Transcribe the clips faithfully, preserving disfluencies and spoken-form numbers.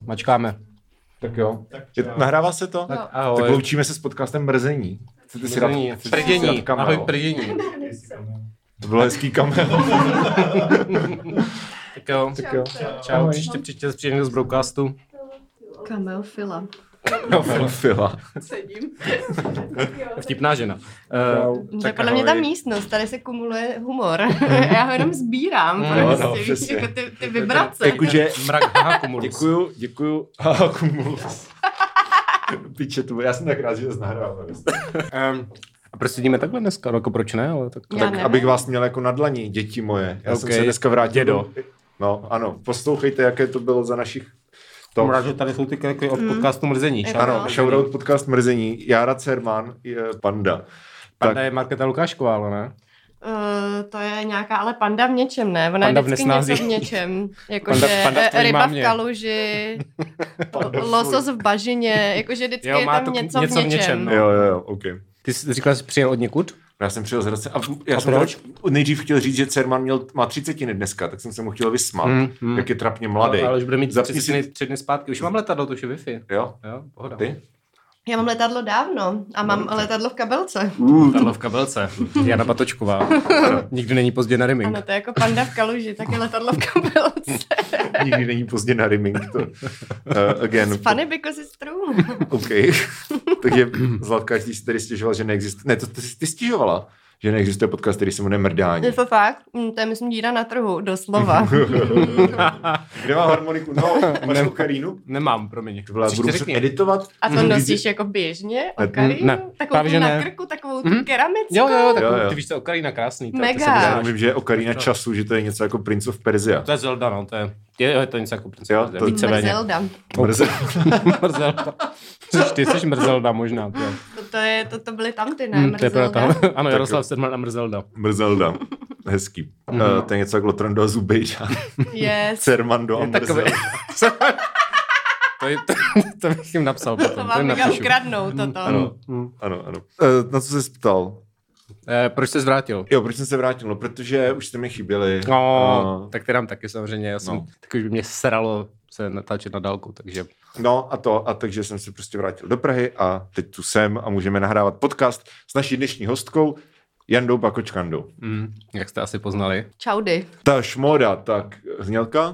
Mačkáme. Tak jo. Je, nahrává se to? Tak ahoj. Tak loučíme se s podcastem Mrzení. Chcete si dát, Prdění. Ahoj, prdění. To bylo hezký kamel. Tak jo. Tak jo. Čau, příště příště přijde z broadcastu. Kamel Fila. Kamel Fila. Sedím. Vtipná žena. Uh, tak podle mě ta místnost, tady se kumuluje humor. Já ho jenom sbírám. No, prostě, no, víš, přesně. jako ty, ty vibrace. Jakože Mrak haha kumulus. Děkuju, děkuju. Haha kumulus. Piče, to já jsem tak rád, že to nahrávám. Um, a proč sedíme takhle dneska? No, jako proč ne? Ale tak... Tak abych vás měl jako na dlaní, děti moje. Já okay. jsem se dneska vrátil. Dědo. No, ano. Poslouchejte, jaké to bylo za našich... Jsem rád, že tady jsou ty kliky od podcastu Mrzení. Mm. Ano, shoutout podcast Mrzení. Jára Cerman, je Panda. Panda tak... je Markéta Lukášková, ale ne? Uh, to je nějaká, ale panda v něčem, ne? Ona Panda je v vždycky nesnází. něco v něčem. Jakože Panda- panda v tvojí ryba mámě. v kaluži, Panda v losos v bažině, jakože vždycky Jo, je má tam to něco, něco v v něčem. něčem, no. Jo, jo, jo, ok. Ty jsi říkal, že jsi přijel od někud? Já jsem přijel z Hradce a já A jsem proč? chtěl, nejdřív chtěl říct, že Cerman měl, má třicetiny dneska, tak jsem se mu chtěl vysmát, Hmm, hmm. jak je trapně mladý. No, ale už bude mít Zapni tři, si- tři dny zpátky. Už mám letadlo, to už je Wi-Fi. Jo? Jo, pohoda. Ty? Já mám letadlo dávno a mám letadlo v kabelce. Letadlo v kabelce. Jana Patočková. Nikdy není pozdě na rimming. Ano, to je jako panda v kaluži, tak je letadlo v kabelce. Nikdy není pozdě na rimming. To. Uh, again. Funny because it's true. OK. Takže Zlatka, když jsi tady stěžovala, že neexistuje... Ne, to ty jsi ty stěžovala, že neexistuje podcast, který se jmenuje Mrdání. Je to fakt? Mm, to je, myslím, díra na trhu, doslova. Kde má harmoniku? No, máš Ne- okarínu? Nemám, promiň. To byla, Příště budu muset řekni. editovat. A to Mhm. nosíš jako běžně? Ne, Okarinu? ne, Takovou právě, tu že na ne. krku, takovou tu Mhm. keramickou? Jo, jo, takovou, Jo, jo. ty víš, to je Ocarina krásný. To, Mega. To, se mi Já znáš. vím, že je Ocarina času, že to je něco jako Prince of Persia. To je Zelda, no, to je, je, je to něco jako Prince Jo, of Persia, to- víceméně. Mrzelda. Mrze. Mrzelda. Což ty jsi Mrzelda možná. To, je. To, to, je, to, to byly tam ty, ne? Hm, to je Mrzelda. pravda. Ano, Tak Jaroslav jo. Sedman a Mrzelda. Mrzelda. Hezký. Mhm. Uh, to je něco jako Lotrando a Zubejžan. Yes. Cermando a Je takový. Mrzelda. To, je, to, to bych jim napsal To potom. To jim vám mega napíšu. ukradnou toto. Ano, ano, ano. Uh, na co jsi ptal? Eh, proč jsi zvrátil? Jo, proč jsem se vrátil? No, protože už jste mi chyběli. No, Uh, tak ty nám taky samozřejmě. Já jsem, no. taky by mě sralo se natáčet na dálku, takže... no a to, a takže jsem se prostě vrátil do Prahy a teď tu jsem a můžeme nahrávat podcast s naší dnešní hostkou Jandou Pakočkandou. Mm, jak jste asi poznali. Čaudy. Ta šmoda, tak znělka.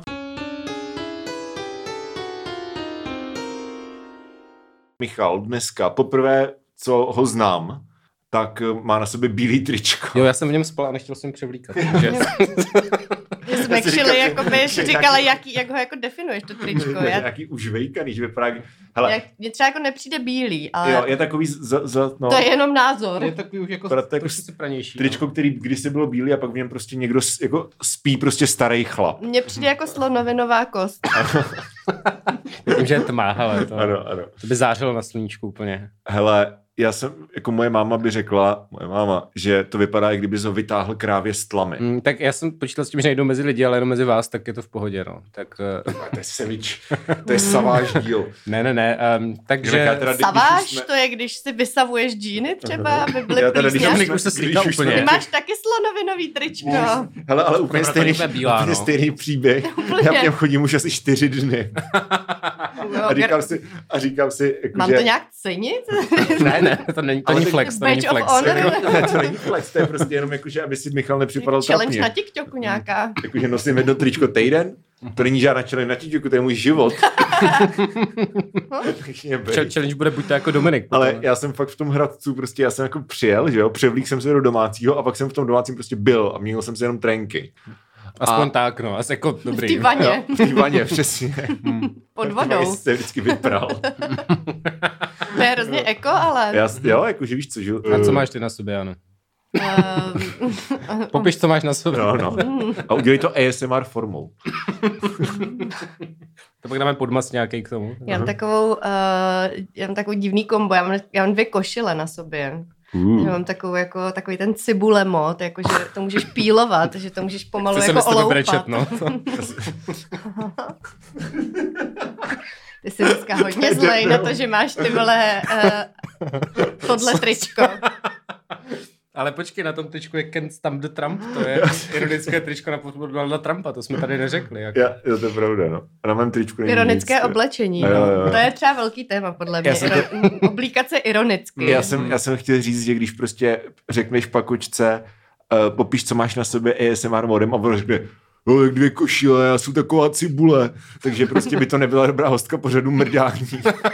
Michal dneska poprvé, co ho znám, tak má na sobě bílý tričko. Jo, já jsem v něm spal a nechtěl jsem převlíkat. Takže... My jsme si kšili, říkal, jakoby, že- že říkala, jaký, jak ho jako definuješ, to tričko. Je Já, nějaký užvejkaný, že vypadá... Hele, jak, mě třeba jako nepřijde bílý, ale jo, je takový za, za, no, to je jenom názor. je takový už jako Proto jako trošku si pranější. tričko, který kdysi bylo bílý a pak v něm prostě někdo s- jako spí prostě starý chlap. Mně přijde jako slonovinová kost. No. Tím, že je tmá, hele, to, Ano, ano. to by zářilo na sluníčku úplně. Hele, já jsem, jako moje máma by řekla, moje máma, že to vypadá, jak kdyby ho vytáhl krávě z tlamy. Mm, tak já jsem počítal s tím, že nejdou mezi lidi, ale jenom mezi vás, tak je to v pohodě, no. Tak, uh, To je sevič, to je saváž díl. ne, ne, ne, um, takže... Já teda- když Saváž, už jsme- to je, když si vysavuješ džíny třeba, aby byly Já teda, když plísně. Dominik jsme- už se když slíká už jsme- úplně. Ty máš taky slonovinový tričko. Hele, ale úplně Proto stejný, nejsme bílá, úplně no. stejný příběh. Úplně. Já v něm chodím už asi čtyři dny. Jo, A říkám si, a říkám si jako, Mám že... to nějak cenit? Ne, ne, to není, to Ale není tak flex, to není Badge of flex. honor. Jako, Ale to není flex, to je prostě jenom jako, že aby si Michal nepřipadal Challenge na trapně. TikToku nějaká. Jakože nosím jedno tričko týden, to není žádná challenge na TikToku, to je můj život. Takže bej. ch- challenge bude buď to jako Dominik. Ale potom. já jsem fakt v tom Hradcu, prostě já jsem jako přijel, že jo, převlík jsem se do domácího a pak jsem v tom domácím prostě byl a měnil jsem si jenom trenky. Aspoň a- tak, no, asi jako dobrý. V té vaně, Jo, v té vaně, přesně. pod Pak vodou. se vždycky vypral. To je hrozně eko, ale... Já, jo, jakože víš co, že... A co máš ty na sobě, Ano? Ehm, Popiš, co máš na sobě. No, no. A udělej to A S M R formou. To pak dáme podmas nějaký k tomu. já mám takovou, uh, já mám takovou divný kombo, já mám, já mám dvě košile na sobě. Uh. Já mám takovou, jako, takový ten cibule mod, jako, že to můžeš pílovat, že to můžeš pomalu Chci se mi jako s tebe oloupat. brečet, no. Ty jsi dneska hodně zlej na to, že máš ty vole uh, tohle tričko. Ale počkej, na tom tričku je Can't Stamp the Trump, to je ironické tričko na podporu Donalda Trumpa, to jsme tady neřekli. Jako. Já, jo, to je pravda, no. A na mém tričku není Ironické nic, oblečení, jo, no. jo, jo. To je třeba velký téma, podle mě. Já jsem Iro- Oblíkat se ironicky. Já jsem, já jsem chtěl říct, že když prostě řekneš pakočce, uh, popíš, co máš na sobě A S M R modem a on řekne, no, jak dvě košile, já jsem taková cibule. Takže prostě by to nebyla dobrá hostka pořadu mrdání.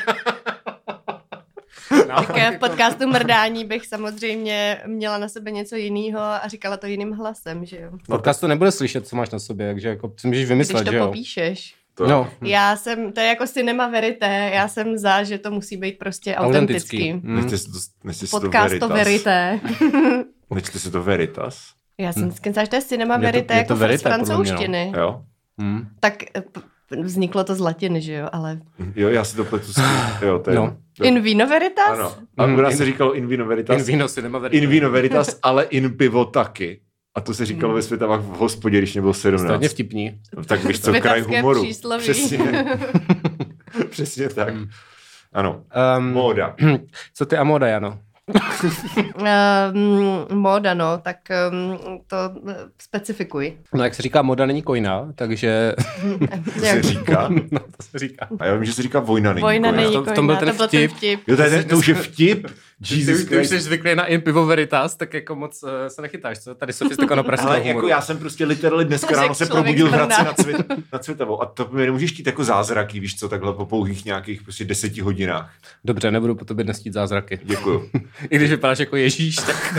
Tak v podcastu Mrdání bych samozřejmě měla na sebe něco jiného a říkala to jiným hlasem, že jo. V podcastu nebude slyšet, co máš na sobě, takže jako si můžeš vymyslet, Když to že jo. popíšeš. To, No. Já jsem, to je jako cinema verité, já jsem za, že to musí být prostě Autentický. autentický. Mm. Nechci si to, nechci si to Podcast to Veritas. verité. Nechci si to Veritas. Já jsem si že to je cinema Je to- verité je jako to verité, z podle mě, no. francouzštiny. Jo? Hmm. Tak eh, p- vzniklo to z latiny, že jo, ale... Jo, já si to pletu s tím. Jo, to je... No. In vino veritas? Ano. A Mm, u nás in- se říkalo in vino veritas. In vino cinema verité. In vino veritas, ale in pivo taky. A to se říkalo ve Světavách v hospodě, když mě bylo sedmnáct. Hodně vtipní. Tak víš co, kraj Světavské humoru. přísloví. Přesně. Přesně tak. Mm. Ano. Um, Móda. Co ty a móda, Jano? Um, móda, no, tak um, to uh, specifikuj. No jak se říká, móda není kojna, takže... To se říká. no, to se říká. A já vím, že se říká vojna není. Vojna kojna. není V tom- v tom byl kojna, ten to byl ten vtip. vtip. Jo, to, je, ten- to už je vtip. Ty, Jesus už- ty už jsi Christ. zvyklý na in pivo veritas, tak jako moc uh, se nechytáš, co? Tady sofistikovaného pražského Ale humoru. jako já jsem prostě literally dneska Řekl ráno se člověk probudil z v Hradci Brna. nad, Cvět, nad Cvětavou. A to mi nemůžeš chtít jako zázraky, víš co, takhle po pouhých nějakých prostě deseti hodinách. Dobře, nebudu po tobě dnes chtít zázraky. Děkuju. I když vypadáš jako Ježíš, tak...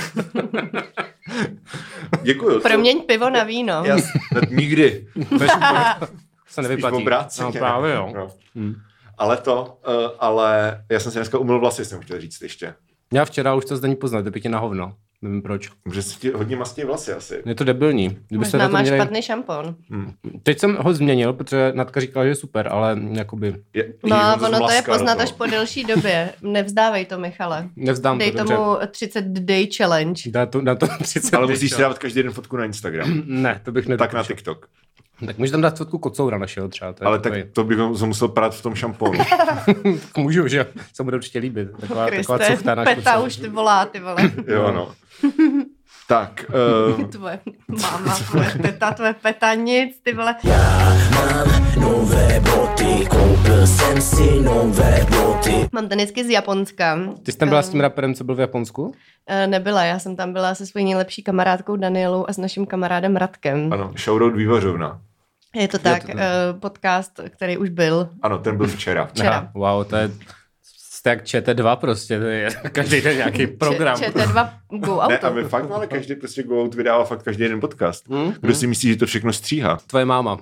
Děkuju. Proměň pivo na víno. Já, no, nikdy. se nevyplatí. Spíš obráceně. No, právě jo. No. Hmm. Ale to, uh, ale já jsem si dneska umyl vlasy, jsem chtěl říct ještě. Já včera už to zde není poznat, to by tě na hovno. Nevím proč. Že si ti hodně mastí vlasy asi. Je to debilní. Kdybyste Možná na to máš měli... špatný šampon. Hmm. Teď jsem ho změnil, protože Natka říkala, že je super, ale jakoby Je, No a jí ono to je zmlaská do poznat toho. až po delší době. Nevzdávej to, Michale. nevzdám Dej to, dobře. tomu třicet day challenge. Dá to, dá to třicet Ale dej, musíš čo? si dávat každý den fotku na Instagram. Ne, to bych Tak nedoporučil. na TikTok. Tak můžeš tam dát fotku kocoura našeho třeba. To je Ale takový... tak to bych ho musel prát v tom šamponu. tak můžu, že jo? Se bude určitě líbit. Taková, taková Kriste, cuchta náš peta kocour. už ty volá, ty vole. Jo, no. Tak, uh, Tvoje máma, tvoje teta, tvoje peta, nic, ty vole. Nové boty, koupil jsem si nové boty. Mám tenisky z Japonska. Ty jsi tam byla s tím raperem, co byl v Japonsku? Eh, Nebyla, já jsem tam byla se svojí nejlepší kamarádkou Danielou a s naším kamarádem Radkem. ano, shoutout Vývařovna. Je to tak, to tak. eh, podcast, který už byl Ano, ten byl včera. včera. Aha, wow, to je jste jak Č T dva prostě, to je každý den nějaký program. Č- ČT2 Go Ne, a Auto. my fakt máme každý prostě Go Out vydává fakt každý jeden podcast. Hmm? Kdo si myslí, že to všechno stříhá? Tvoje máma.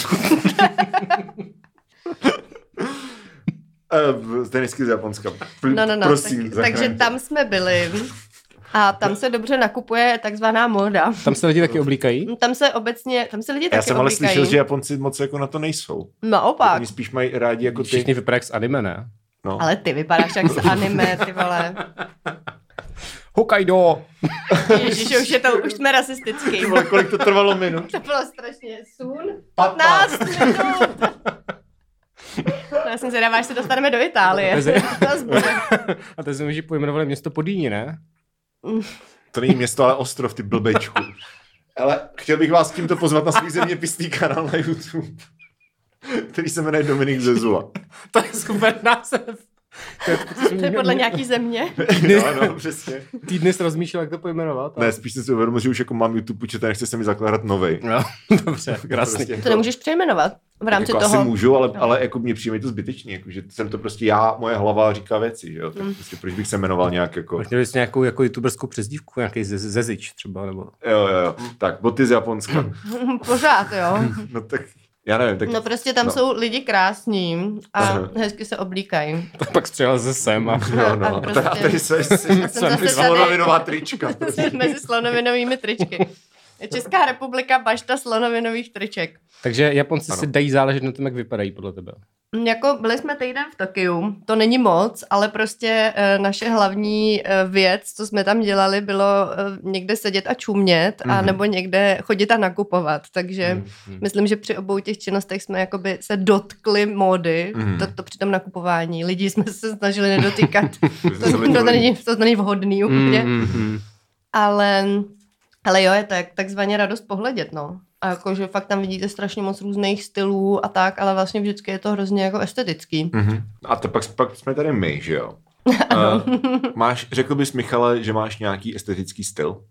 Uh, tenisky z Japonska. Pl- No, no, no. Prosím, tak, takže tam jsme byli a tam se dobře nakupuje takzvaná móda. Tam se lidi taky oblíkají? Tam se obecně, tam se lidi Já taky jsem ale oblíkají. slyšel, že Japonci moc jako na to nejsou. Naopak. Oni spíš mají rádi jako ty. Všichni vypadají jak z anime, ne? No. Ale ty vypadáš jak z anime, ty vole. Hokkaido! Ježiš, už, je to, už jsme rasistický. Ty vole, kolik to trvalo minut? To bylo strašně sun. patnáct minut. No, já jsem zvědavá, až se dostaneme do Itálie. Mezi- To zbude. A to jsme už pojmenovali město Podíní, ne? To není město, ale ostrov, ty blbečku. Ale chtěl bych vás tímto pozvat na svůj zeměpisný kanál na YouTube, který se jmenuje Dominik Zezula. To je super název. To je, To je podle nějaký země. No, no, přesně. Týdny jsi rozmýšlel, jak to pojmenovat. Ne, spíš jsem si uvědomil, že už jako mám YouTube účet a nechci se mi zakládat novej. No, dobře, krásný. Prostě To nemůžeš přejmenovat v rámci jako toho. asi můžu, ale, ale jako mě přijme to zbytečně, jako, že jsem to prostě já, moje hlava říká věci, že jo? Tak prostě proč bych se jmenoval nějak jako... Měli jsi nějakou jako youtuberskou přezdívku, nějaký ze- zezič třeba, nebo... Jo, jo, jo. Tak, boty z Japonska. Pořád, jo. No tak, já nevím, tak... No prostě tam no. jsou lidi krásní a Aha. hezky se oblíkají. Pak střelel ze sem a... Jo, no. A A prostě- tady se... jsem zase Slonovinová trička. tady mezi slonovinovými tričky. Česká republika bašta slonovinových triček. Takže Japonci Ano. si dají záležet na tom, jak vypadají podle tebe. Jako byli jsme týden v Tokiu, to není moc, ale prostě e, naše hlavní e, věc, co jsme tam dělali, bylo e, někde sedět a čumět, mm-hmm. a nebo někde chodit a nakupovat. Takže mm-hmm. myslím, že při obou těch činnostech jsme jakoby se dotkli módy, mm-hmm. to, to při tom nakupování. Lidi jsme se snažili nedotýkat. to, to, není, to není vhodný úplně. Mm-hmm. ale, ale jo, je to jak takzvaně radost pohledět, no. A jakože fakt tam vidíte strašně moc různých stylů a tak, ale vlastně vždycky je to hrozně jako estetický. Mm-hmm. A to pak, pak jsme tady my, že jo? uh, máš, řekl bys, Michale, že máš nějaký estetický styl?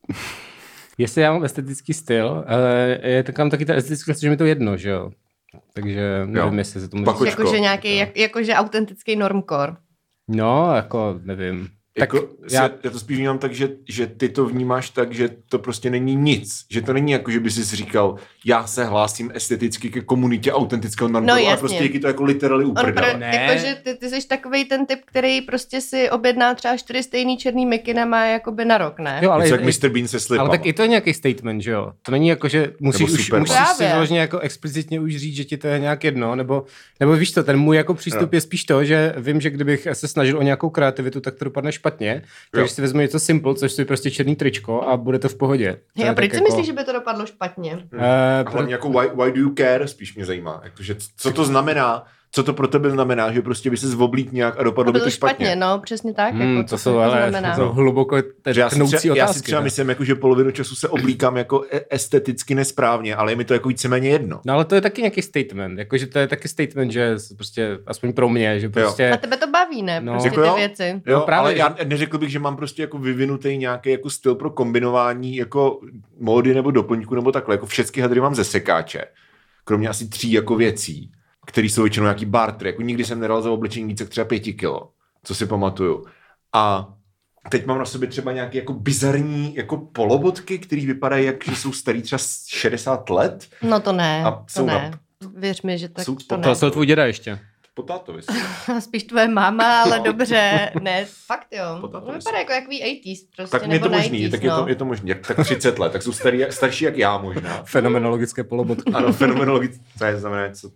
Jestli já mám estetický styl, ale je tam taky ta estetický styl, že mi to jedno, že jo? Takže nevím, jo. jestli se tomu Pakučko. říct. Jakože nějaký, jak, jakože autentický normcore. No, jako nevím. Jako Tak já... já... já to spíš vnímám tak, že, že ty to vnímáš tak, že to prostě není nic. Že to není jako, že by si říkal, já se hlásím esteticky ke komunitě autentického normkoru, no, ale prostě je to jako literally uprdele. Jakože ty, ty jsi takovej ten typ, který prostě si objedná třeba čtyři stejný černý mikina má jakoby na rok, ne? Jo, ale Něco je, jak mister Bean se slipama. Ale tak i to je nějaký statement, že jo? To není jako, že musíš, už, musíš si vyloženě jako explicitně už říct, že ti to je nějak jedno, nebo, nebo víš to, ten můj jako přístup no. je spíš to, že vím, že kdybych se snažil o nějakou kreativitu, tak to dopadne špatně. Takže si vezmu něco simple, což je prostě černý tričko a bude to v pohodě. To a proč si jako... myslíš, že by to dopadlo špatně? Hmm. Uh, a hlavně jako why, why do you care, spíš mě zajímá. Jakože, co to znamená, co to pro tebe znamená, že prostě by se zvoblít nějak a dopadlo by to špatně. špatně. No, přesně tak. Hmm, jako, to jsou to ale to hluboko tnoucí otázky. Já si třeba ne? myslím, jako, že polovinu času se oblíkám jako esteticky nesprávně, ale je mi to jako víceméně jedno. No ale to je taky nějaký statement, jakože to je taky statement, že prostě aspoň pro mě, že prostě... Jo. A tebe to baví, ne? No. Prostě jako ty jo? věci. Jo, no, právě, ale já neřekl bych, že mám prostě jako vyvinutý nějaký jako styl pro kombinování jako módy nebo doplňku nebo takhle. Jako všechny hadry mám ze sekáče. Kromě asi tří jako věcí, který jsou většinou nějaký bartry. Jako nikdy jsem nedal za oblečení více jak třeba pěti kilo, co si pamatuju. A teď mám na sobě třeba nějaké jako bizarní jako polobotky, které vypadají jak, že jsou starý třeba šedesát let. No to ne, a to ne. Na... Věř mi, že tak jsou to ne. To jsou tvůj děda ještě. Po tátovi. Spíš tvoje máma, ale no. dobře. Ne, fakt jo. To vypadá jako jaký osmdesátých prostě, tak nebo je to možný, nineties, tak no. je to, je to možný. Jak, tak třicet let, tak jsou starý, starší jak já možná. Fenomenologické polobotky. Ano, fenomenologické, to je znamená, co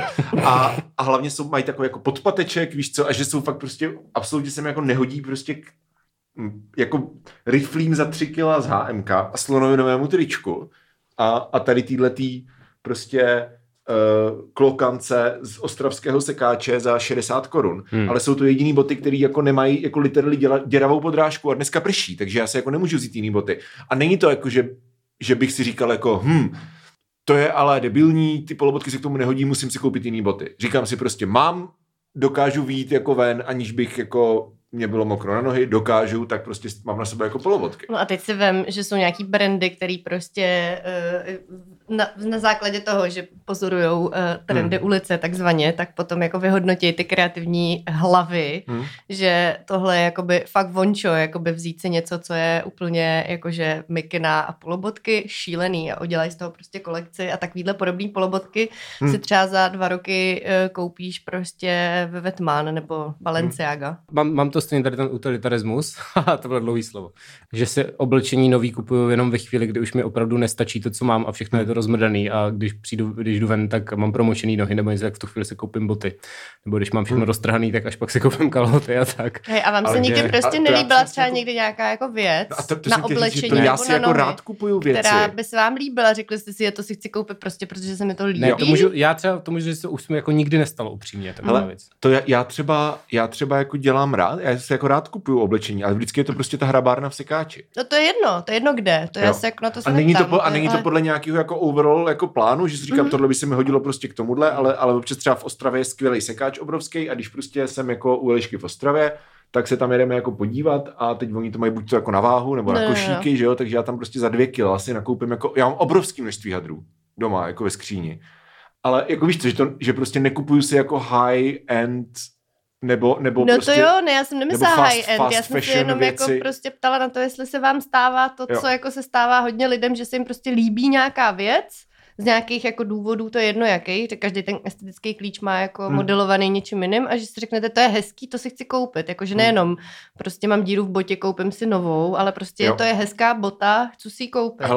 a, a hlavně jsou, mají takový jako podpateček, víš co, a že jsou fakt prostě, absolutně se mi jako nehodí prostě k, jako riflím za tři kila z há em ká a slonovinovému tričku. A, a tady týhletý prostě Uh, klokance z ostravského sekáče za šedesát korun. Hmm. Ale jsou to jediný boty, které jako nemají jako literally děla, děravou podrážku a dneska prší, takže já se jako nemůžu vzít jiný boty. A není to jako, že, že bych si říkal jako hm, to je ale debilní, ty polobotky se k tomu nehodí, musím si koupit jiný boty. Říkám si prostě mám, dokážu vyjít jako ven, aniž bych jako mě bylo mokro na nohy, dokážu, tak prostě mám na sebe jako polobotky. No a teď si vem, že jsou nějaký brandy, který prostě uh, na, na základě toho, že pozorujou uh, trendy hmm. ulice takzvaně, tak potom jako vyhodnotí ty kreativní hlavy, hmm. že tohle je jakoby fakt vončo, jakoby vzít si něco, co je úplně jakože mikina a polobotky, šílený a udělají z toho prostě kolekci a takovýhle podobný polobotky hmm. si třeba za dva roky uh, koupíš prostě ve Vetman nebo Balenciaga. Hmm. Mám, mám to stejně tady ten utilitarismus, to bylo dlouhý slovo, že si oblečení nový kupuju jenom ve chvíli, kdy už mi opravdu nestačí to, co mám a všechno je to rozmrdaný a když přijdu, když jdu ven, tak mám promočený nohy nebo něco, tak v tu chvíli si koupím boty. Nebo když mám všechno roztrhaný, tak až pak si koupím kalhoty a tak. Hej, a vám se někdy prostě nelíbila třeba někdy nějaká jako věc no to, to na oblečení to nebo já si na jako nohy, rád kupuju věci, která by se vám líbila, řekli jste si, že to si chci koupit prostě, protože se mi to líbí. Ne, to můžu, já třeba to můžu říct, to už se mi jako nikdy nestalo upřímně. Ale věc. To já, já třeba, já třeba jako dělám rád, já si jako rád kupuju oblečení, ale vždycky je to prostě ta hrabárna v sekáči. No to je jedno, to je jedno kde, to je asi jako na to se a není neptám, to, po, a není ale... to podle nějakého jako overall jako plánu, že si říkám, mm-hmm. tohle by se mi hodilo prostě k tomuhle, ale, ale občas třeba v Ostravě je skvělý sekáč obrovský a když prostě jsem jako u Elišky v Ostravě, tak se tam jedeme jako podívat a teď oni to mají buď to jako na váhu nebo no, na košíky, no. že jo, takže já tam prostě za dvě kila asi nakoupím jako, já mám obrovský množství hadrů doma, jako ve skříni. Ale jako víš co, že, to, že prostě nekupuju si jako high-end nebo, nebo no prostě... to jo, ne, já jsem nemyslela high-end, já jsem si jenom věci. jako prostě ptala na to, jestli se vám stává to, jo. co jako se stává hodně lidem, že se jim prostě líbí nějaká věc, z nějakých jako důvodů, to je jedno jaký, že každý ten estetický klíč má jako hmm. modelovaný něčím jiným a že si řeknete, to je hezký, to si chci koupit, jakože nejenom prostě mám díru v botě, koupím si novou, ale prostě jo. to je hezká bota, chci si ji koupit. Hele,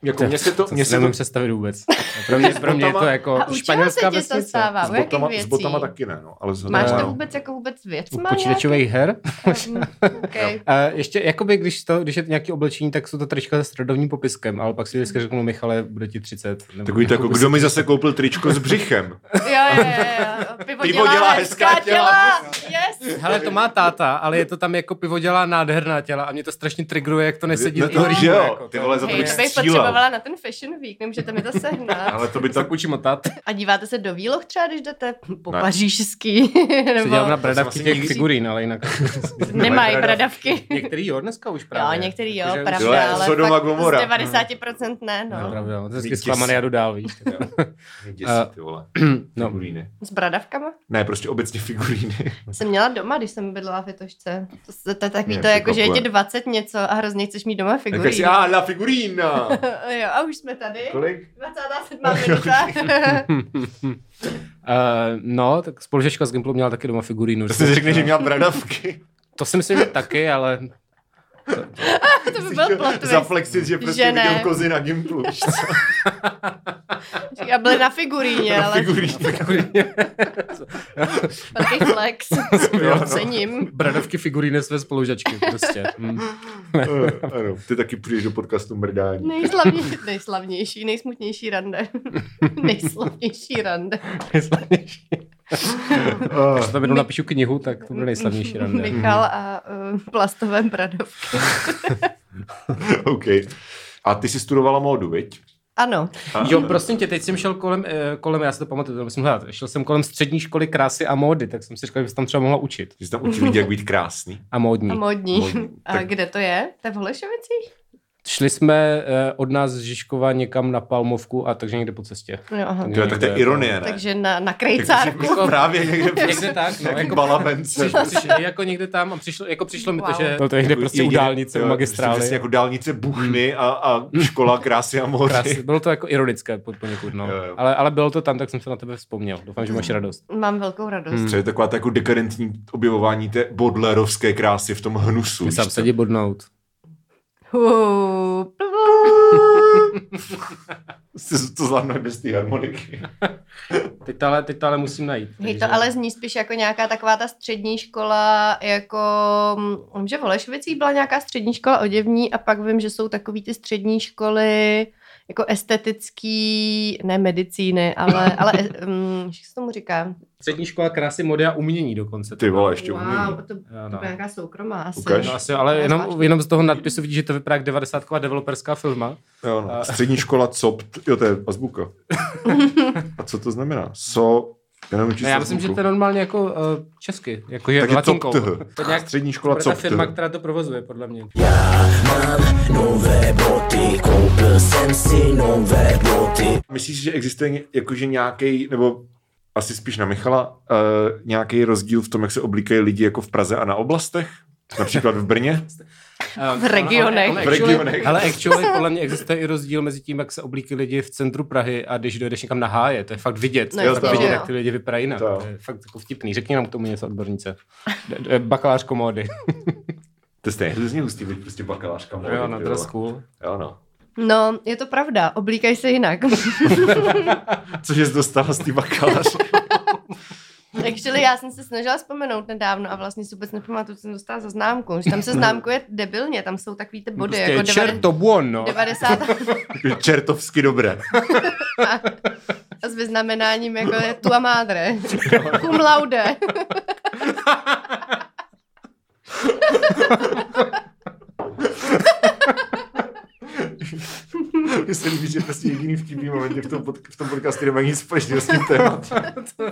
Jako mě se to... Mě se nemůžu představit vůbec. Pro mě, pro mě je to jako španělská vesnice. Stává? S botama, s botama taky ne, no. Ale máš to vůbec jako vůbec věc? U počítačových her? Okay. A ještě, jakoby, když, to, když je to nějaký oblečení, tak jsou to trička s rodovým popiskem, ale pak si vždycky řeknu, Michale, bude ti třicet. Takový jako, kdo mi zase koupil tričko s břichem? Jo, jo, jo. Pivo, pivo dělá, dělá hezká těla. Yes. Hele, to má táta, ale je to tam jako pivo dělá nádherná těla a mě to strašně triggeruje, jak to nesedí no, do toho rýmu. Jako, ty vole, za to bych potřebovala na ten Fashion Week, nemůžete mi to sehnat. Ale to by to učím otat. A díváte se do výloh třeba, když jdete po pařížský? Nebo... dělám na bradavky těch musí... figurín, ale jinak... Nemají bradavky. Některý jo, dneska už právě. Jo, některý jo, Takže... pravda, ale Sodoma fakt Gomora. z devadesát procent ne, no. no pravda, to je zklamaný, já jdu dál, víš. Mě děsí, ty vole. Figuríny. S bradavkama? Ne, prostě obecně figuríny. Jsem měla doma, když jsem bydlela v Itošce. To, to je takový to, jako, že je ti dvacet něco a hrozně chceš mít doma figuríny. Tak si, ah, la figurína. Jo, a už jsme tady. Kolik? dvacátá sedmá minuta. uh, no, tak spolužečka z Gimplu měla taky doma figurínu. To si řekne, že měla bradavky. To si myslím, že taky, ale... To, to by byl plot twist. Zaflexit, že prostě že viděl kozy na Gimplu. Já byli na figuríně, na ale... Figuríně. Na figuríně. Velký flex. Cením. Bradavky figuríny své spolužačky, prostě. Hmm. Ano, ty taky přijdeš do podcastu Mrdání. Nejslavnější, nejslavnější, nejsmutnější rande. Nejslavnější rande. Nejslavnější. Až tam jednou napíšu knihu, tak to bude nejslavnější rande. Michal a uh, plastové bradovky. OK. A ty jsi studovala módu, viď? Ano. A... Jo, prosím tě, teď jsem šel kolem, kolem já si to pamatuju, to musím hledat, šel jsem kolem střední školy krásy a módy, tak jsem si říkal, že bys tam třeba mohla učit. Že jsi tam učil lidi, jak být krásný. A módní. A módní. módní. A tak... kde to je? To je v Holešovicích? Šli jsme eh, od nás z Žižkova někam na Palmovku a takže někde po cestě. Jo, aha. Jo, tak to je ironie, ne? Takže na, na krejcárku. Jako právě někde, prostě, někde tak, no, jako balabence. Přišlo, jako někde tam a přišlo, jako přišlo mi wow. to, že bylo to někde prostě u dálnice, jo, u magistrály. Prostě jako dálnice Buchny a, a škola krásy a módy. Krásy. Bylo to jako ironické poněkud, no. Jo, jo. Ale, ale bylo to tam, tak jsem se na tebe vzpomněl. Doufám, že máš radost. Mám velkou radost. Hmm. To je taková jako dekadentní objevování té bodlerovské krásy v tom hnusu. My sám sedí bodnout. Uh, to zvládnu bez té harmoniky. Teď to ale, teď to ale musím najít. Hej, to ale zní spíš jako nějaká taková ta střední škola, jako, vím, že v Holešovicích byla nějaká střední škola oděvní a pak vím, že jsou takový ty střední školy jako estetický, ne medicíny, ale, ale um, jak se tomu říká? Střední škola krásy, mody a umění dokonce. Ty vole, ještě wow, umění. to, to, to byla nějaká soukromá asi. No, asi ale jenom, jenom z toho nadpisu vidíš, že to vypadá jak devadesátková developerská filma. Jo, no. A... Střední škola C O P, jo, to je azbuka. A co to znamená? So... Já, nevím, no, já myslím, že to je normálně jako uh, česky, jako je latinkou. To nějak střední škola C O P. To je firma, která to provozuje, podle mě. Já mám nové boty, koupil jsem si nové boty. Myslíš, že existuje jakože nějaký, nebo asi spíš na Michala, uh, nějaký rozdíl v tom, jak se oblíkají lidi jako v Praze a na oblastech? Například v Brně? V regionech. V regionech. Ale actually podle mě existuje i rozdíl mezi tím, jak se oblíkají lidi v centru Prahy a když dojdeš někam na háje, to je fakt vidět, no, to je fakt vidět, jo. jak ty lidi vypadají jinak. To. to je fakt jako vtipný. Řekni nám k tomu něco, odbornice. Bakalářko módy. To je stejně hrozně hustý, být prostě bakalářka módy. Jo, no, to je cool. Jo, no. No, je to pravda, oblíkají se jinak. Cože jsi dostala z té bakalářky? Actually, já jsem se snažila vzpomenout nedávno a vlastně si vůbec nepamatuju, co jsem dostala za známku. Že tam se známkuje debilně, tam jsou takový ty body. Prostě jako čerto buono. devadesát Čertovsky dobré. a, a s vyznamenáním jako je tua madre. Cum laude. Mně se líbí, že prostě jediný vtipný moment v tom, pod, v tom podcastu nemají nic společného s tím tématem.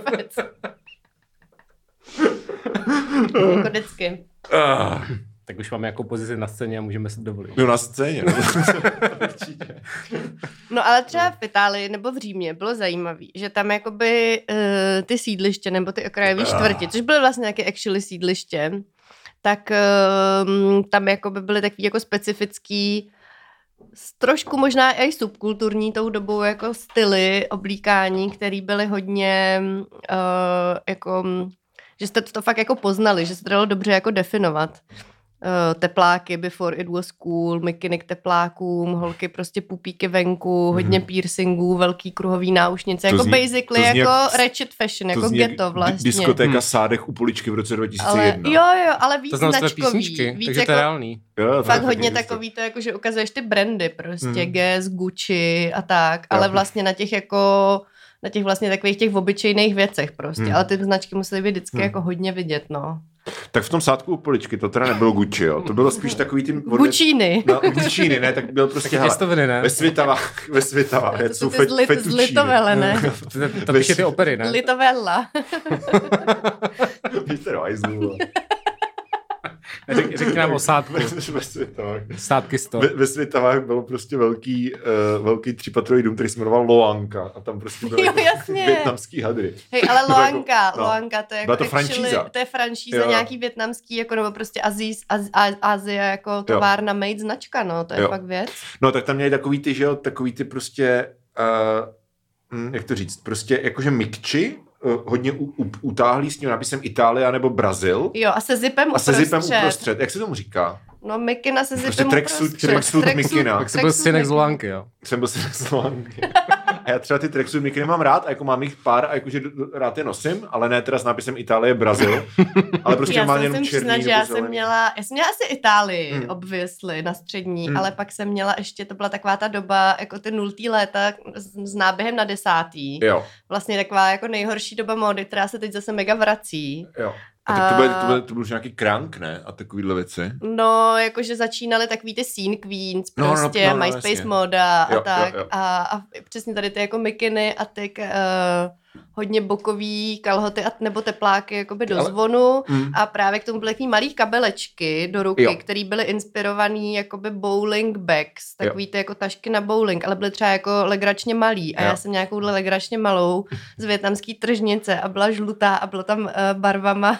Jako vždycky. Ah. Tak už máme jako pozici na scéně a můžeme se dovolit. No na scéně. No ale třeba v Itálii nebo v Římě bylo zajímavé, že tam jakoby uh, ty sídliště nebo ty okrajové čtvrti, což byly vlastně nějaké actually sídliště, tak uh, tam jakoby byly takový jako specifický, trošku možná i subkulturní tou dobou jako styly oblíkání, který byly hodně uh, jako, že jste to fakt jako poznali, že se to dalo dobře jako definovat. tepláky, before it was cool, mikiny k teplákům, holky prostě pupíky venku, hodně mm. piercingů, velký kruhový náušnice, to jako zní, basically jako jak, ratchet fashion, jako ghetto vlastně. Diskotéka hmm. Sádech u Poličky v roce dva tisíce jedna. Ale, jo, jo, ale víc značkový. Písničky, víc takže jako, to je reálný. Jo, fakt hodně takový to, jako, že ukazuješ ty brandy prostě, hmm. Guess, Gucci a tak, ale jo. vlastně na těch jako na těch vlastně takových těch obyčejných věcech prostě, hmm. ale ty značky musely být vždycky hmm. jako hodně vidět, no. Tak v tom Sádku u Poličky to teda nebylo Gucci, jo. To bylo spíš takový tím... Guccini. No, Guccini, ne, tak byl prostě... Taky těstoviny, ne? Ve Svitavách, ve Svitavách. To jsou ty zlit, zlitovele, ne? To píše ty opery, ne? Litovella. Víte, no, ajzlu. Řek, řekni nám o Sádku. Ve Svitavách. Sádky sto. Ve, ve Svitavách byl prostě velký, uh, velký třípatrový dům, který se jmenoval Loanka a tam prostě byly jo, jasně. vietnamský hadry. Hej, ale Loanka, no. Loanka, to je jako to franšíza. To je franšíza nějaký vietnamský, jako nebo prostě Azijs, Az, Az, Azie jako továrna made značka, no, to je jo. fakt věc. No, tak tam měli takový ty, že jo, takový ty prostě, uh, hm, jak to říct, prostě jakože mikči, hodně u, u, utáhlý s tím nápisem Itálie nebo Brazil. Jo, a se zipem a se zipem uprostřed. Jak se tomu říká? No, mikina se zipem prostě uprostřed. Tracksuit mikina. Tak jsem byl synek z Loanky, jo. Jsem byl synek z Loanky. A já třeba ty tracksuit mikiny mám rád, a jako mám jich pár a jakože rád je nosím, ale ne teda s nápisem Itálie, Brazil. Ale prostě já mám jenom černý. Přiznat, že já jsem měla, já jsem měla asi Itálii, hmm. obviously, na střední, hmm. ale pak jsem měla ještě, to byla taková ta doba, jako ty nultý léta s, s náběhem na desátý. Jo. Vlastně taková jako nejhorší doba módy, která se teď zase mega vrací. Jo. A tak to byl, to byl, to byl už nějaký krank, ne? A takovýhle věci. No, jakože začínaly takový ty scene queens, prostě, no, no, no, no, MySpace jasně. Moda a jo, tak. Jo, jo. A, a přesně tady ty jako mikiny a ty uh, hodně bokový kalhoty a, nebo tepláky jakoby do Ale, zvonu mm. a právě k tomu byly takový malý kabelečky do ruky, které byly inspirovaný jakoby bowling bags, takový jo. ty jako tašky na bowling, ale byly třeba jako legračně malý a jo. já jsem nějakouhle legračně malou z vietnamský tržnice a byla žlutá a bylo tam uh, barvama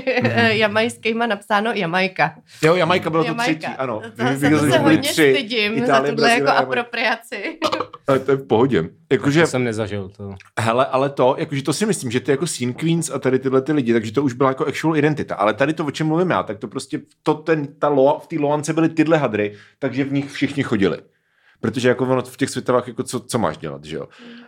jamajskýma napsáno Jamajka. Jo, Jamajka bylo to třetí, ano. To, to se hodně stydím Itálie, za tuhle jako apropriaci. Ale to je v pohodě. Jakože, to jsem nezažil to. Hele, ale to, jakože to si myslím, že ty jako scene queens a tady tyhle ty lidi, takže to už byla jako actual identita. Ale tady to, o čem mluvím já, tak to prostě to, ten, ta lo, v té Loance byly tyhle hadry, takže v nich všichni chodili. Protože jako ono v těch světovách, jako co, co máš dělat, že jo.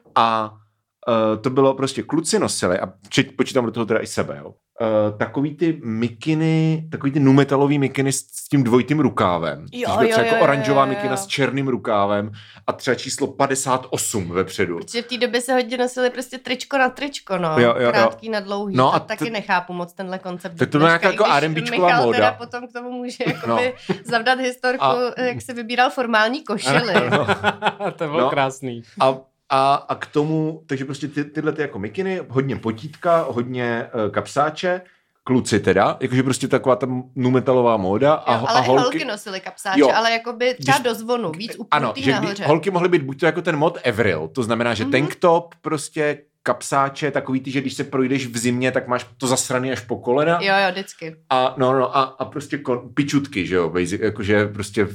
A uh, to bylo prostě kluci nosili, a či, počítám do toho teda i sebe, jo. Uh, takový ty mikiny, takový ty numetalový mikiny s, s tím dvojitým rukávem. Jo, jo, třeba jo, jako jo, oranžová jo, jo. mikina s černým rukávem a třeba číslo padesát osm vepředu. Protože v té době se hodně nosili prostě tričko na tričko, no. Jo, jo, krátký jo. na dlouhý. No a t- taky nechápu moc tenhle koncept. Tak to byla nějaká jako RMBčková móda. Michal teda potom k tomu může jakoby no. zavdat historku, a... jak se vybíral formální košily. No. To bylo no. krásný. A A, a k tomu, takže prostě ty, tyhle ty jako mikiny, hodně potítka, hodně uh, kapsáče, kluci teda, jakože prostě taková ta numetalová móda. A, jo, ale a holky, holky nosily kapsáče, jo, ale jakoby třeba do zvonu, víc upnutý nahoře. Holky mohly být buď to jako ten mod Avril, to znamená, že mm-hmm. tank top, prostě kapsáče, takový ty, že když se projdeš v zimě, tak máš to zasraný až po kolena. Jo, jo, vždycky. A, no, no, a, a prostě kon, pičutky, že jo, basic, jakože prostě...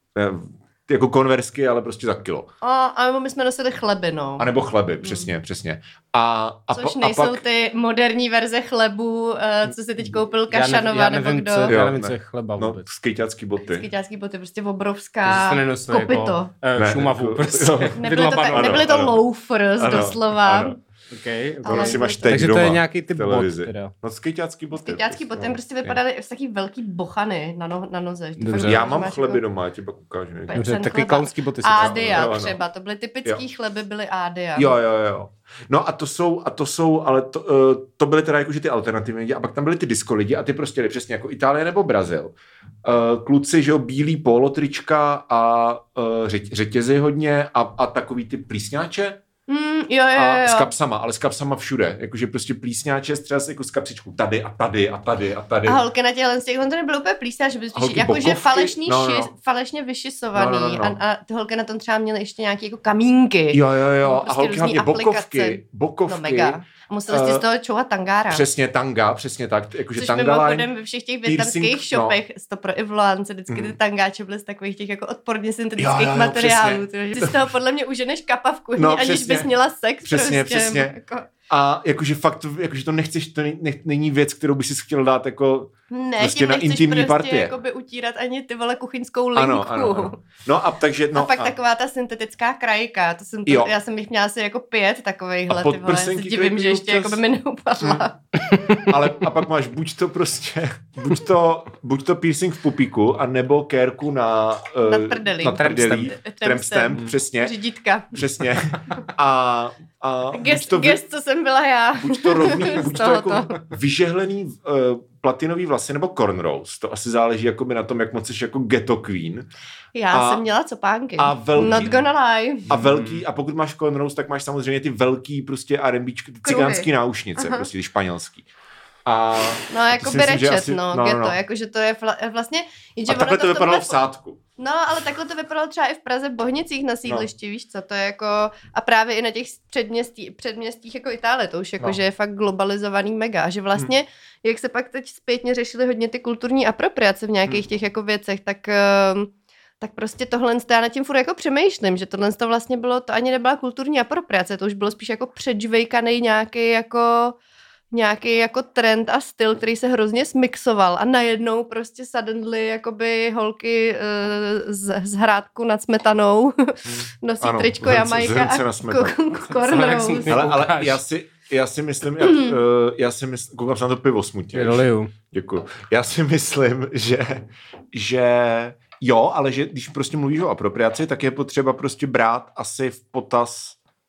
jako konversky, ale prostě za kilo. A, a my jsme nosili chleby, no. A nebo chleby, přesně, hmm. přesně. A, a Což po, nejsou a pak... ty moderní verze chlebu, uh, co si teď koupil Kašanova, já nebo nevím, kdo. Co, jo, já nevím, co je chleba no, vůbec. skejťácký boty. Skejťácký boty, prostě obrovská nenosili, kopyto. Jako, uh, šumavu, jako, prostě. Nebyly to, tak, nebyly to loafers, ano, doslova. Ano. Okay, okay. Ale máš teď takže doma, to je nějaký typ bot teda. No skejťácký boty. Skejťácký boty, no. prostě vypadaly v taký velký bochany na, no, na noze. Dobře. Já mám chleby jako... doma, já ti pak ukážu. Dobře, takový klaunský boty. Ádia třeba, to byly typický jo. chleby, byly Ádia. Jo, jo, jo. No a to jsou, a to jsou, ale to, uh, to byly teda jakože ty alternativní lidi a pak tam byly ty disco lidi a ty prostě jeli přesně jako Itálie nebo Brazil. Uh, kluci, že jo, bílý polotrička a uh, řet, řetězy hodně a, a takový ty plísňáče. Mm, jo, jo, jo. A s kapsama, ale s kapsama všude. Jakože prostě plísňáče třeba jako s kapsičkou tady a tady a tady a tady. A holky na těhle z těch, on to nebylo úplně plísňáč, jakože falešný no, no. Šis, falešně vyšisovaný no, no, no, no. A, a ty holky na tom třeba měly ještě nějaký jako kamínky. Jo, jo, jo. Prostě a holky hlavně bokovky. Bokovky. No mega. A museli jste uh, z toho čouhat tangára. Přesně, tanga, přesně tak. Jakože což tangala, mimochodem ve všech těch větnamských shopech, no. to pro Ivlance, vždycky mm. ty tangáče byly z takových těch jako odporně syntetických jo, jo, jo, materiálů. Ty z toho podle mě uženeš kapavku, no, aniž bys měla sex. Přesně, prostě, přesně. Jako... A jakože fakt, jakože to nechceš, to není věc, kterou by si chtěl dát jako ne, prostě na intimní prostě partie. Jakoby utírat ani ty vole kuchyňskou linku. Ano, ano, ano. No a takže, no. A pak a... taková ta syntetická krajka, to jsem to, já jsem jich měla asi jako pět takovejhle, ty vole, se divím, že ještě občas... jako by mi neupadla. Hmm. Ale a pak máš buď to prostě, buď to, buď to piercing v pupíku, anebo kérku na uh, na trdelí. Na trdelí. Tramp stamp, přesně. Řidítka. Přesně. A A gest, to vy... gest, co jsem byla já. Buď to rovný, buď to jako vyžehlený uh, platinový vlasy nebo cornrows. To asi záleží jakoby na tom, jak moc jsi jako ghetto queen. Já a, jsem měla copánky. A velký, Not gonna lie. A velký, a pokud máš cornrows, tak máš samozřejmě ty velký prostě R and B cigánský náušnice, uh-huh. prostě ty španělský. A no jako by rečet, no, no, ghetto, no. Jakože to je vla, vlastně... A takhle to, to vypadalo v Sádku. No, ale takhle to vypadalo třeba i v Praze v Bohnicích na sídlišti, no. Víš co, to je jako... A právě i na těch předměstí, předměstích jako Itálie, to už jako, no. Že je fakt globalizovaný mega. A že vlastně, hmm. jak se pak teď zpětně řešily hodně ty kulturní apropriace v nějakých hmm. těch jako věcech, tak... Um, tak prostě tohle, já nad tím furt jako přemýšlím, že tohle to vlastně bylo, to ani nebyla kulturní apropriace, to už bylo spíš jako předžvejkaný nějaký jako... nějaký jako trend a styl, který se hrozně smixoval a najednou prostě suddenly jakoby holky uh, z, z Hrádku nad Smetanou nosí ano, tričko Jamajka a cornrows. Ale, ale já si, já si myslím, jak, uh, já si myslím, koukám se na to pivo smutně. Děkuju. Já si myslím, že, že jo, ale že když prostě mluvíš o apropriaci, tak je potřeba prostě brát asi v potaz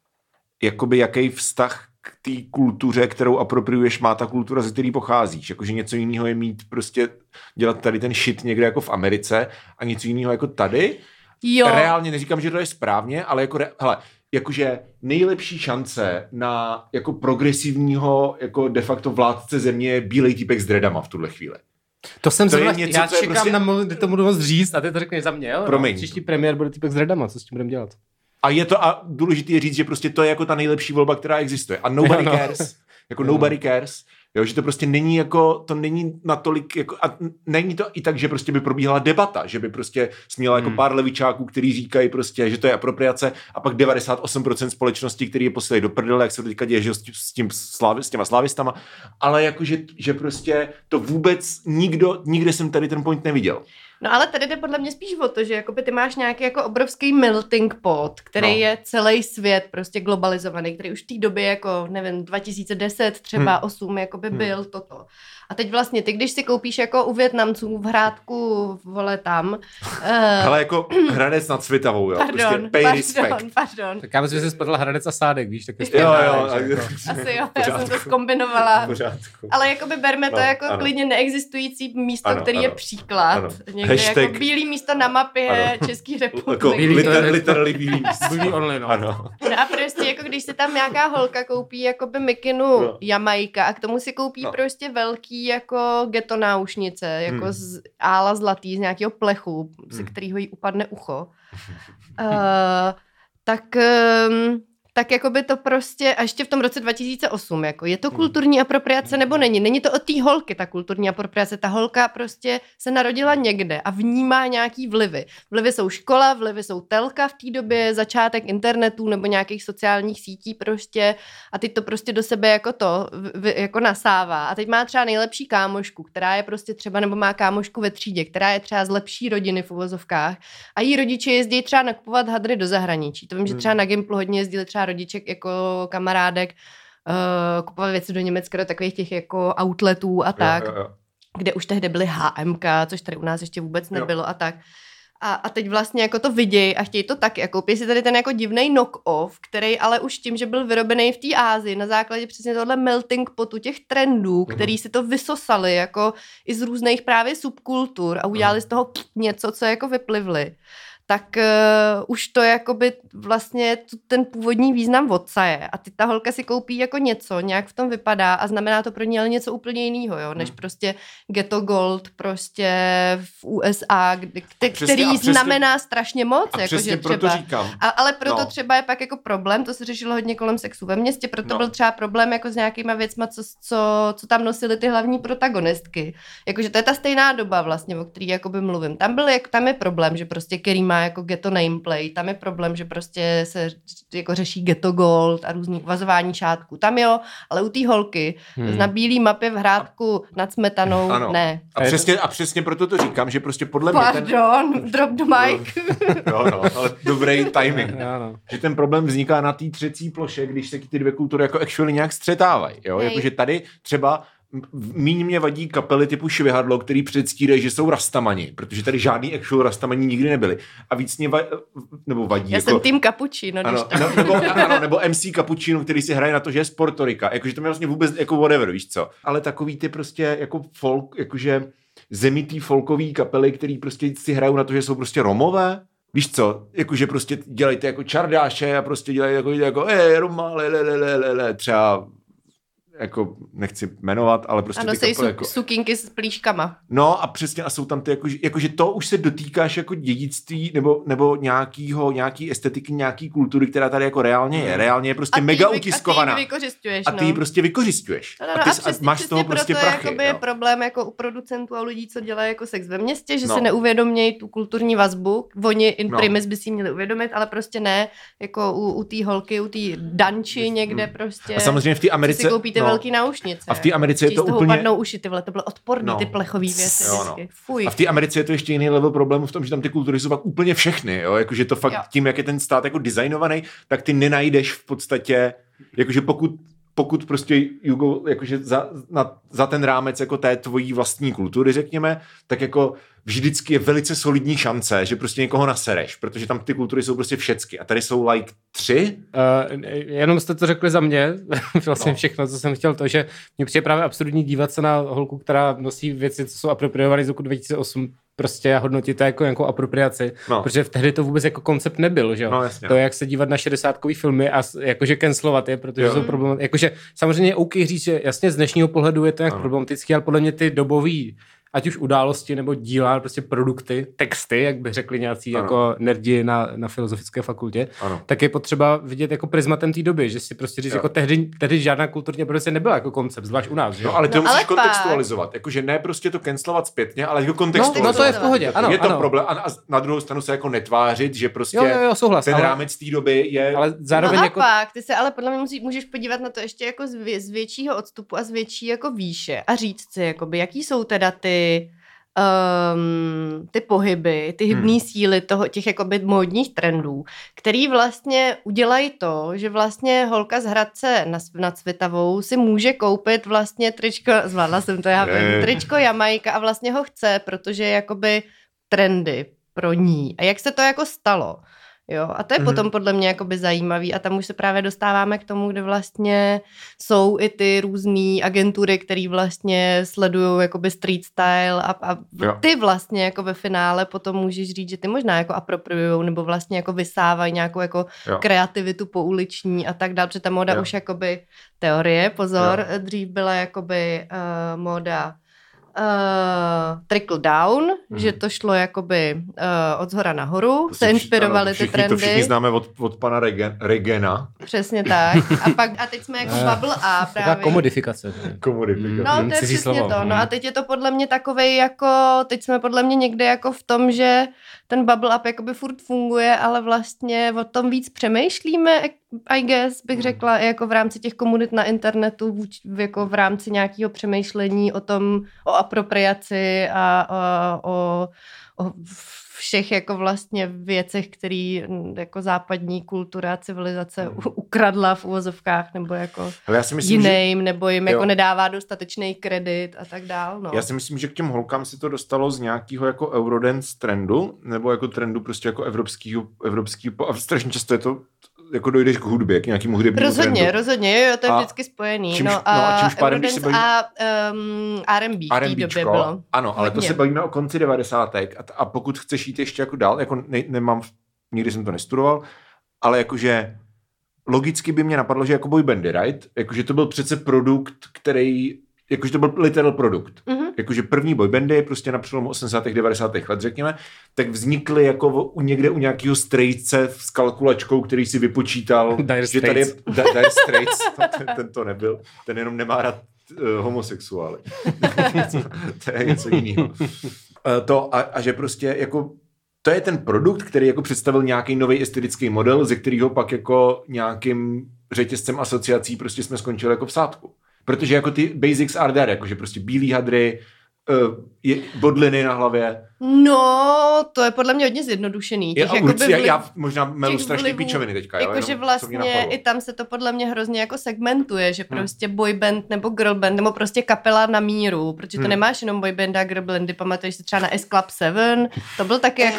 jakoby jaký vztah k té kultuře, kterou apropriuješ, má ta kultura, ze který pocházíš. Jakože něco jiného je mít prostě dělat tady ten shit někde jako v Americe a něco jiného jako tady. Jo. Reálně neříkám, že to je správně, ale jako, re, hele, jakože nejlepší šance na jako progresivního jako de facto vládce země je bílej týpek s dreadama v tuhle chvíli. To jsem to zrovna, něco, já čekám prostě... na moment, kdy to budu moc říct a ty to řekneš za mě, jo? Promiň. No, příští premiér bude týpek s dreadama, co s tím budeme dělat? A je to a důležité je říct, že prostě to je jako ta nejlepší volba, která existuje. A nobody no. cares. Jako no. nobody cares. Jo, že to prostě není jako, to není natolik, jako, a není to i tak, že prostě by probíhala debata, že by prostě směla jako hmm. pár levičáků, který říkají prostě, že to je apropriace a pak devadesát osm procent společnosti, který je posílají do prdele, jak se to teďka děje, že s, tím slávi, s těma slávistama, ale jako, že, že prostě to vůbec nikdo, nikde jsem tady ten point neviděl. No ale tady jde podle mě spíš o to, že jakoby ty máš nějaký jako obrovský melting pot, který no. je celý svět prostě globalizovaný, který už v té době jako, nevím, dva tisíce deset třeba hmm. osm jakoby hmm. byl toto. A teď vlastně ty, když si koupíš jako u Vietnamců v Hrádku, vole tam. Uh... Ale jako Hradec nad Svitavou, jo. Pardon, prostě pay pardon, respect. pardon. Tak já myslím, že jsi spadla Hradec a Sádek, víš, tak jo, jo. Jako. Asi jo, já jsem to zkombinovala. Ale jakoby berme no, to jako ano. klidně neexistující místo, ano, který ano. je příklad. Ano. Někde Hashtag... jako bílý místo na mapě České republiky. Jako liter, literally bílý místo. Bílý only, no. Ano. No a prostě jako když si tam nějaká holka koupí jakoby mikinu no. Jamajka a k tomu si koupí no. prostě velký jako ghetto náušnice, jako hmm. z ála zlatý, z nějakého plechu, hmm. ze kterého jí upadne ucho. uh, tak... Um, tak jako by to prostě, a ještě v tom roce dva tisíce osm, jako je to kulturní apropriace nebo není? Není to od té holky ta kulturní apropriace, ta holka prostě se narodila někde a vnímá nějaký vlivy. Vlivy jsou škola, vlivy jsou telka v té době, začátek internetu nebo nějakých sociálních sítí prostě a teď to prostě do sebe jako to, v, jako nasává. A teď má třeba nejlepší kámošku, která je prostě třeba, nebo má kámošku ve třídě, která je třeba z lepší rodiny v uvozovkách a její rodiče jezdí třeba nakupovat hadry do zahraničí. To vím, že třeba na Gimplu hodně jezdili třeba rodiček jako kamarádek uh, kupovat věci do Německa, do takových těch jako outletů a tak, jo, jo, jo. kde už tehdy byly H M K, což tady u nás ještě vůbec nebylo jo. a tak. A, a teď vlastně jako to vidějí a chtějí to taky a koupí si tady ten jako divnej knock-off, který ale už tím, že byl vyrobený v té Ázii na základě přesně tohle melting potu těch trendů, mm. který si to vysosali jako i z různých právě subkultur a udělali mm. z toho něco, co jako vyplivli. Tak uh, už to jakoby vlastně ten původní význam odsaje a ty ta holka si koupí jako něco, nějak v tom vypadá a znamená to pro ní ale něco úplně jiného, jo, než hmm. prostě Ghetto Gold prostě v U S A, kde, kte, přesně, který přesně, znamená strašně moc. A jako, přesně že proto třeba, říkám. A, ale proto no. třeba je pak jako problém, to se řešilo hodně kolem sexu ve městě, proto no. byl třeba problém jako s nějakýma věcma, co, co, co tam nosily ty hlavní protagonistky. Jakože to je ta stejná doba vlastně, o který jakoby mluvím. Tam byl, jak, tam je problém, že prostě který má má jako ghetto nameplate, tam je problém, že prostě se jako řeší ghetto gold a různý vazování šátků. Tam jo, ale u té holky hmm. na bílý mapě v Hrádku nad Smetanou ano. ne. A přesně, a přesně proto to říkám, že prostě podle mě ten... Pardon, drop the mic. Jo, no, ale dobrý timing. No, no. Že ten problém vzniká na té třecí ploše, když se ty dvě kultury jako actually nějak střetávají. Jo? Jakože tady třeba míň mě vadí kapely typu Švihadlo, který předstírají, že jsou rastamani, protože tady žádný actual rastamani nikdy nebyli. A víc mě va, nebo vadí. Já jako, jsem tým Cappuccino. Ano, no, nebo, ano, nebo M C Cappuccino, který si hraje na to, že je z Porto Rika. Jakože to mě vlastně vůbec jako whatever, víš co. Ale takový ty prostě jako folk, jakože zemitý folkový kapely, který prostě si hrajou na to, že jsou prostě Romové. Víš co, jakože prostě dělejte jako čardáše a prostě dělají jako, jako ej, Roma, le, le, le, le, le, třeba jako nechci jmenovat, ale prostě ano, ty kapely, jako... sukinky s plíškama. No a přesně a jsou tam ty, jakože, jakože to už se dotýkáš jako dědictví nebo, nebo nějakýho, nějaký estetiky, nějaký kultury, která tady jako reálně je. Reálně je prostě mega vy, utiskovaná. A ty ji vykořisťuješ, A ty ji no. prostě vykořisťuješ. No, no, no, a, ty, a, přesně, a máš z toho prostě proto prachy. Je jo. problém jako u producentů a lidí, co dělají jako sex ve městě, že no. si neuvědomějí tu kulturní vazbu. Oni in no. primis by si měli uvědomit, ale prostě ne jako u, u té holky, u té danči někde prostě. A samozřejmě v té Americe si koupíte no. velký náušnice. A v té Americe je to úplně... Padnou uši, ty vole, to bylo odporný, no. ty plechový věci. Jo, no. Fuj. A v té Americe je to ještě jiný level problému v tom, že tam ty kultury jsou pak úplně všechny, jo? Jakože to fakt jo. tím, jak je ten stát jako designovaný, tak ty nenajdeš v podstatě, jakože pokud pokud prostě Jugo, jakože za, na, za ten rámec jako té tvojí vlastní kultury, řekněme, tak jako vždycky je velice solidní šance, že prostě někoho nasereš, protože tam ty kultury jsou prostě všecky. A tady jsou like tři. Uh, jenom jste to řekli za mě, vlastně no. všechno, co jsem chtěl, to, že mě přijde právě absurdní dívat se na holku, která nosí věci, co jsou apropriované z roku dva tisíce osm, prostě a hodnotit to jako nějakou apropriaci, no. protože v tehdy to vůbec jako koncept nebyl, že jo. No, jasně. To, jak se dívat na šedesátkový filmy a jakože cancelovat je, protože jo. jsou problémy, jakože samozřejmě OK říct, že jasně z dnešního pohledu je to nějak problematický, ale podle mě ty dobový ať už události nebo díla, prostě produkty, texty, jak by řekli nějací ano. jako nerdi na, na filozofické fakultě, ano. tak je potřeba vidět jako prismatem té doby, že si prostě říct, jo. jako tehdy, tehdy žádná kulturní produkce nebyla jako koncept, zvlášť u nás. Že? No ale to no, musíš ale kontextualizovat, jakože ne prostě to cancelovat zpětně, ale jako kontextualizovat. No, no to je v pohodě, ano. Je to ano. problém a na druhou stranu se jako netvářit, že prostě jo, jo, jo, souhlas, ten ale... rámec té doby je... Ale zároveň no jako... a pak, ty se ale podle mě musí, můžeš podívat na to ještě jako z, vě, z většího odstupu a z větší jako výše a říct si, jakoby, jaký jsou teda ty... Um, ty pohyby, ty hybné hmm. síly toho, těch jakoby módních trendů, který vlastně udělají to, že vlastně holka z Hradce nad Svitavou si může koupit vlastně tričko, zvládla jsem to já, vím, tričko Jamajka a vlastně ho chce, protože je jakoby trendy pro ní. A jak se to jako stalo? Jo, a to je mm-hmm. potom podle mě jakoby zajímavý a tam už se právě dostáváme k tomu, kde vlastně jsou i ty různý agentury, které vlastně sledují jakoby street style a, a ty vlastně jako ve finále potom můžeš říct, že ty možná jako apropriujou nebo vlastně jako vysávají nějakou jako jo. kreativitu pouliční a tak dále, protože ta moda jo. už jakoby teorie, pozor, jo. dřív byla jakoby uh, moda Uh, trickle down, mm. že to šlo jakoby uh, od zhora nahoru, to se inspirovaly ty trendy. To všichni známe od, od pana Regen, Regena. Přesně tak. A pak a teď jsme jako bubble a právě. Taková komodifikace. Komodifikace. No, to je přesně slovo. to. No a teď je to podle mě takovej jako, teď jsme podle mě někde jako v tom, že ten bubble up jakoby furt funguje, ale vlastně o tom víc přemýšlíme, I guess, bych řekla, jako v rámci těch komunit na internetu, jako v rámci nějakého přemýšlení o tom, o apropriaci a o, o, o všech jako vlastně věcech, který jako západní kultura a civilizace hmm. ukradla v uvozovkách, nebo jako já si myslím, jiným, že... nebo jim jo. jako nedává dostatečný kredit a tak dál. No. Já si myslím, že k těm holkám se to dostalo z nějakého jako Eurodance trendu, nebo jako trendu prostě jako evropskýho, evropskýho, a strašně často je to jako dojdeš k hudbě, k nějakému hudebnímu rozhodně, trendu. Rozhodně, jo, to je a vždycky spojený. Čímž, no a, no a čímž pádem, když se bavíme... a um, R and B v té době bylo. Ano, ale hodně. To se bavíme o konci devadesátek a, a pokud chceš jít ještě jako dál, jako ne, nemám, nikdy jsem to nestudoval, ale jakože logicky by mě napadlo, že jako boybandy, right? Jakože to byl přece produkt, který jakože to byl literal produkt. Mm-hmm. Jakože první boybandy prostě na přelomu osmdesátých devadesátých let, řekněme, tak vznikly jako u, někde u nějakého strejce s kalkulačkou, který si vypočítal, Dire že tady je Dire Straits, ten, ten to nebyl, ten jenom nemá rád uh, homosexuály. To je něco jiného. Uh, to a, a že prostě jako to je ten produkt, který jako představil nějaký nový estetický model, ze kterého pak jako nějakým řetězcem asociací prostě jsme skončili jako v sádku. Protože jako ty basics are there, jakože prostě bílý hadry, uh, bodliny na hlavě. No, to je podle mě hodně zjednodušený. Těch je, určitě, vliv, já možná melu strašný píčoviny teďka. Jakože vlastně i tam se to podle mě hrozně jako segmentuje, že hmm. prostě boyband nebo girlband, nebo prostě kapela na míru, protože to hmm. nemáš jenom boyband a girlbandy, pamatuješ si třeba na S-Club sedm, to byl taky jako...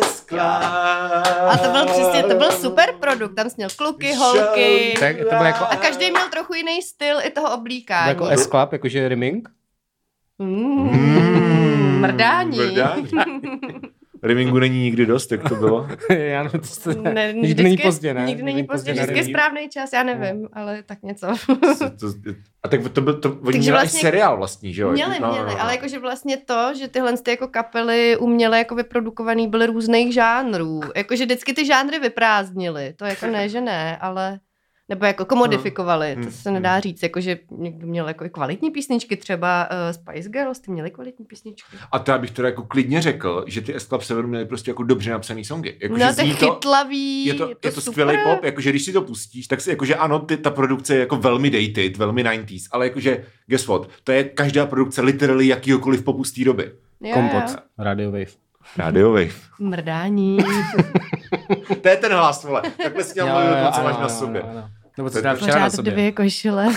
A to byl přesně, to byl super produkt, tam směl kluky, holky tak, to byl jako... a každý měl trochu jiný styl i toho oblíkání. Jako S-Club, jakože rimming? Mm. Mm. Mrdání. Mrdání. Rimingu není nikdy dost, jak to bylo? já no, to ne, ne, nikdy vždycky, není pozdě, ne? Nikdy není pozdě, vždycky je správný čas, já nevím, no. ale tak něco. to, a tak to byl, to, oni měli vlastně, seriál vlastní, že jo? Měli, no, měli, no, no. ale jakože vlastně to, že tyhle ty jako kapely uměle jako vyprodukovaný byly různých žánrů, jakože vždycky ty žánry vyprázdnili, to jako ne, že ne, ale... Nebo jako komodifikovali, to se nedá říct, jakože někdo měl jako kvalitní písničky, třeba uh, Spice Girls, ty měli kvalitní písničky. A to já bych teda jako klidně řekl, že ty S-Club sedm měli prostě jako dobře napsaný songy. Jako, no to je chytlavý, je to, je to, je to super. skvělý pop, jakože když si to pustíš, tak si jakože ano, ty, ta produkce je jako velmi dated, velmi devadesátých, ale jakože guess what, to je každá produkce literally jakýhokoliv popu z té doby. Jo, Kompot, jo. Radio Wave. Radio Wave. Mrdání. To je ten hlas, vole. Takhle si měl mluvit, co máš na sobě. Jo, jo, jo. Nebo co dáš včera na sobě. Dvě košile.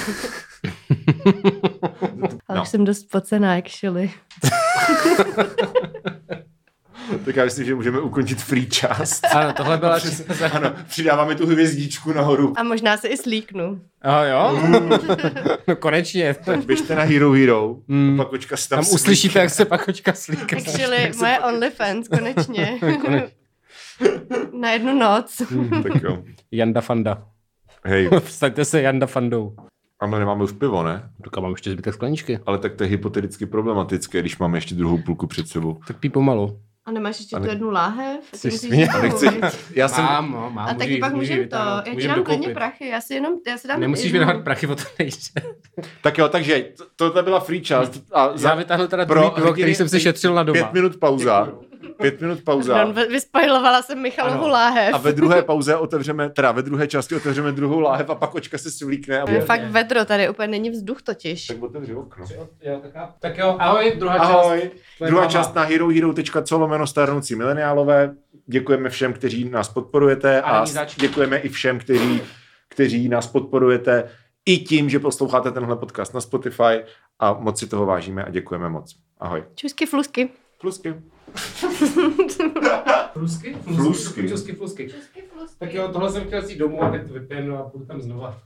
Ale no. už jsem dost pocená, jak šili. Tak já myslím, že můžeme ukončit free část. Ano, tohle byla... Ano, přidáváme tu hvězdičku nahoru. A možná se i slíknu. Aha, jo? No konečně. Tak běžte na Hero Hero. Mm. Pakočka se tam, tam uslyšíte, jak se Pakočka slíká. Actually, moje OnlyFans, konečně. Na jednu noc. Mm, tak jo. Janda Fanda. Hej. Vstaňte se Janda Fandou. A my nemáme už pivo, ne? Tak mám ještě zbytek skleničky. Ale tak to je hypoteticky problematické, když máme ještě druhou půlku před sebou. Tak pí pomalu. A nemáš ještě a tu ne... jednu láhev? Jsi svině. Já jsem... Mám, no, mám. A taky pak můžem to. Já ti dám klidně prachy. Já si jenom, já si dám nemusíš vydávat prachy, o to nejde. Tak jo, takže to, to byla free část. A za... Já vytáhnu teda druhý pivo, který jsem si šetřil na doma. Pět minut pauza. Pět minut pauza. No, vyspojlovala jsem Michalovu ano. láhev. A ve druhé pauze otevřeme, teda ve druhé části otevřeme druhou láhev a pak očka se svlíkne. A je fakt vedro, tady úplně není vzduch totiž. Tak otevři okno. Jo, tak, tak jo, ahoj, druhá ahoj. část. Druhá část na herohero tečka co lomeno starnoucí mileniálové. Děkujeme všem, kteří nás podporujete a, a děkujeme i všem, kteří, kteří nás podporujete i tím, že posloucháte tenhle podcast na Spotify a moc si toho vážíme a děkujeme moc. Ahoj. Čusky, flusky. Flusky. Flusky? Flusky. Čusky, flusky. Tak jo, tohle jsem chtěl jít domů a teď to vypěnu a půjdu tam znova.